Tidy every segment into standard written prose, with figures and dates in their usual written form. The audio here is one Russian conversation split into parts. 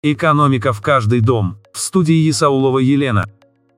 Экономика в каждый дом. В студии Исаулова Елена.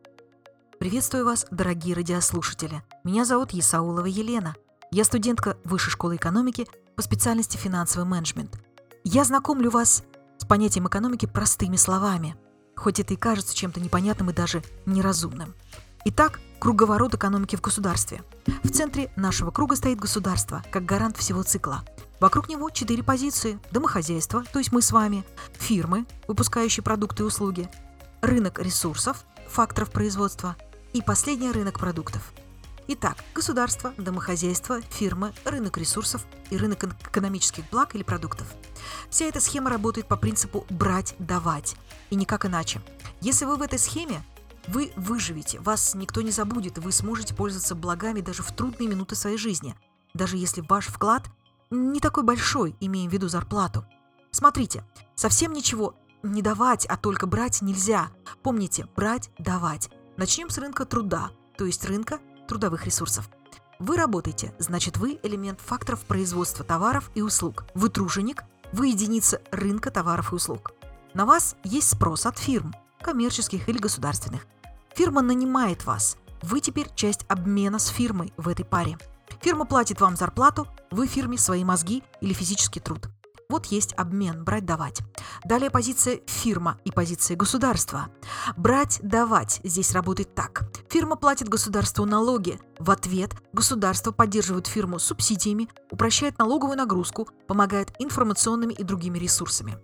Приветствую вас, дорогие радиослушатели. Меня зовут Исаулова Елена. Я студентка Высшей школы экономики по специальности финансовый менеджмент. Я знакомлю вас с понятием экономики простыми словами, хоть это и кажется чем-то непонятным и даже неразумным. Итак, круговорот экономики в государстве. В центре нашего круга стоит государство, как гарант всего цикла. Вокруг него 4 позиции: домохозяйство, то есть мы с вами, фирмы, выпускающие продукты и услуги, рынок ресурсов, факторов производства и последний рынок продуктов. Итак, государство, домохозяйство, фирмы, рынок ресурсов и рынок экономических благ или продуктов. Вся эта схема работает по принципу брать-давать, и никак иначе. Если вы в этой схеме, вы выживете, вас никто не забудет, и вы сможете пользоваться благами даже в трудные минуты своей жизни, даже если ваш вклад не такой большой, имея в виду зарплату. Смотрите, совсем ничего не давать, а только брать нельзя. Помните, брать-давать. Начнем с рынка труда, то есть рынка трудовых ресурсов. Вы работаете, значит вы элемент факторов производства товаров и услуг. Вы труженик, вы единица рынка товаров и услуг. На вас есть спрос от фирм, коммерческих или государственных. Фирма нанимает вас. Вы теперь часть обмена с фирмой в этой паре. Фирма платит вам зарплату, вы фирме свои мозги или физический труд. Вот есть обмен, брать-давать. Далее позиция фирма и позиция государства. Брать-давать здесь работает так. Фирма платит государству налоги. В ответ государство поддерживает фирму субсидиями, упрощает налоговую нагрузку, помогает информационными и другими ресурсами.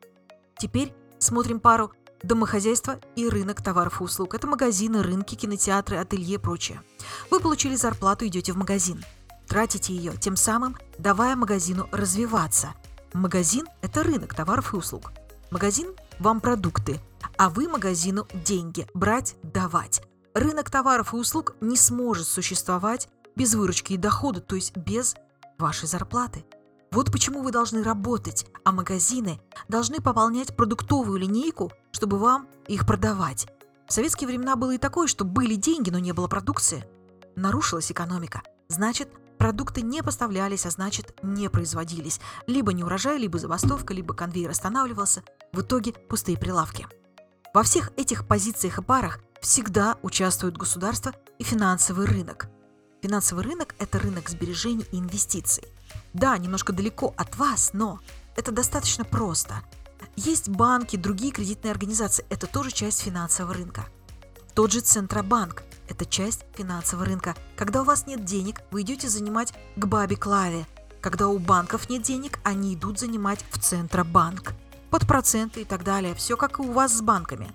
Теперь смотрим пару домохозяйство и рынок товаров и услуг. Это магазины, рынки, кинотеатры, ателье и прочее. Вы получили зарплату, идете в магазин. Тратите ее, тем самым давая магазину развиваться. Магазин – это рынок товаров и услуг. Магазин – вам продукты, а вы магазину деньги. Брать, давать. Рынок товаров и услуг не сможет существовать без выручки и дохода, то есть без вашей зарплаты. Вот почему вы должны работать, а магазины должны пополнять продуктовую линейку, чтобы вам их продавать. В советские времена было и такое, что были деньги, но не было продукции. Нарушилась экономика. Значит, продукты не поставлялись, а значит, не производились. Либо неурожай, либо забастовка, либо конвейер останавливался. В итоге пустые прилавки. Во всех этих позициях и парах всегда участвует государство и финансовый рынок. Финансовый рынок – это рынок сбережений и инвестиций. Да, немножко далеко от вас, но это достаточно просто. Есть банки, другие кредитные организации – это тоже часть финансового рынка. Тот же Центробанк – это часть финансового рынка. Когда у вас нет денег, вы идете занимать к бабе Клаве. Когда у банков нет денег, они идут занимать в Центробанк. Под проценты и так далее. Все как и у вас с банками.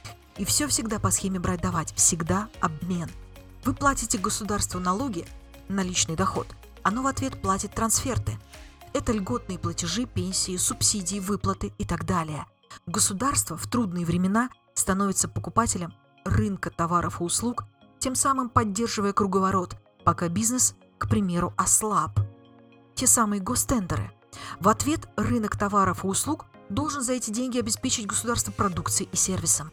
И все всегда по схеме брать-давать. Всегда обмен. Вы платите государству налоги на личный доход. Оно в ответ платит трансферты. Это льготные платежи, пенсии, субсидии, выплаты и так далее. Государство в трудные времена становится покупателем рынка товаров и услуг, тем самым поддерживая круговорот, пока бизнес, к примеру, ослаб. Те самые гостендеры. В ответ рынок товаров и услуг должен за эти деньги обеспечить государство продукцией и сервисом.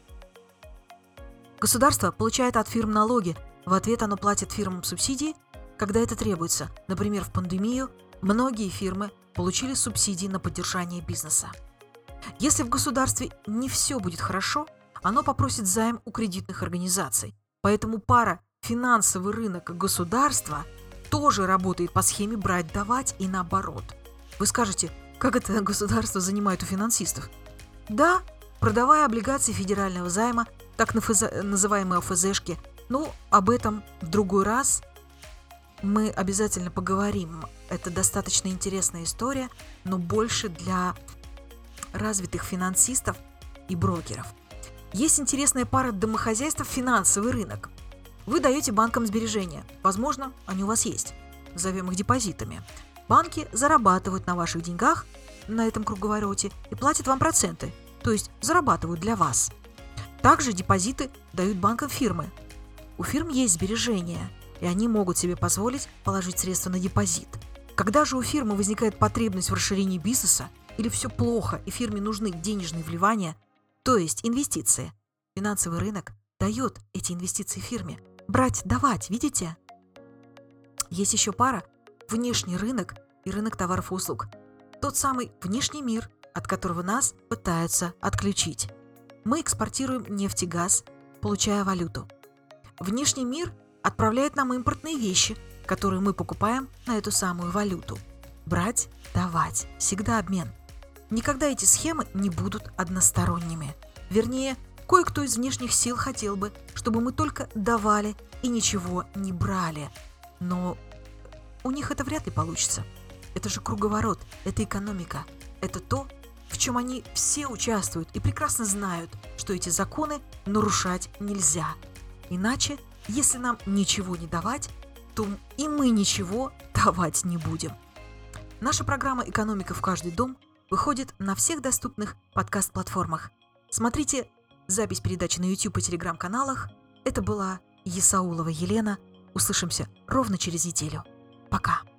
Государство получает от фирм налоги, в ответ оно платит фирмам субсидии, когда это требуется. Например, в пандемию многие фирмы получили субсидии на поддержание бизнеса. Если в государстве не все будет хорошо, оно попросит займ у кредитных организаций. Поэтому пара финансовый рынок и государство тоже работает по схеме брать-давать и наоборот. Вы скажете, как это государство занимает у финансистов? Да, продавая облигации федерального займа, так называемые ОФЗшки, но об этом в другой раз мы обязательно поговорим. Это достаточно интересная история, но больше для развитых финансистов и брокеров. Есть интересная пара домохозяйств, финансовый рынок. Вы даете банкам сбережения. Возможно, они у вас есть. Назовем их депозитами. Банки зарабатывают на ваших деньгах, на этом круговороте, и платят вам проценты, то есть зарабатывают для вас. Также депозиты дают банкам фирмы. У фирм есть сбережения, и они могут себе позволить положить средства на депозит. Когда же у фирмы возникает потребность в расширении бизнеса, или все плохо, и фирме нужны денежные вливания, то есть инвестиции, финансовый рынок дает эти инвестиции фирме. Брать-давать, видите? Есть еще пара – внешний рынок и рынок товаров и услуг. Тот самый внешний мир от которого нас пытаются отключить. Мы экспортируем нефть и газ, получая валюту. Внешний мир отправляет нам импортные вещи, которые мы покупаем на эту самую валюту. Брать, давать, всегда обмен. Никогда эти схемы не будут односторонними. Вернее, кое-кто из внешних сил хотел бы, чтобы мы только давали и ничего не брали. Но у них это вряд ли получится. Это же круговорот, это экономика. Это то, в чем они все участвуют и прекрасно знают, что эти законы нарушать нельзя. Иначе, если нам ничего не давать, то и мы ничего давать не будем. Наша программа «Экономика в каждый дом» выходит на всех доступных подкаст-платформах. Смотрите запись передачи на YouTube и Telegram-каналах. Это была Есаулова Елена. Услышимся ровно через неделю. Пока.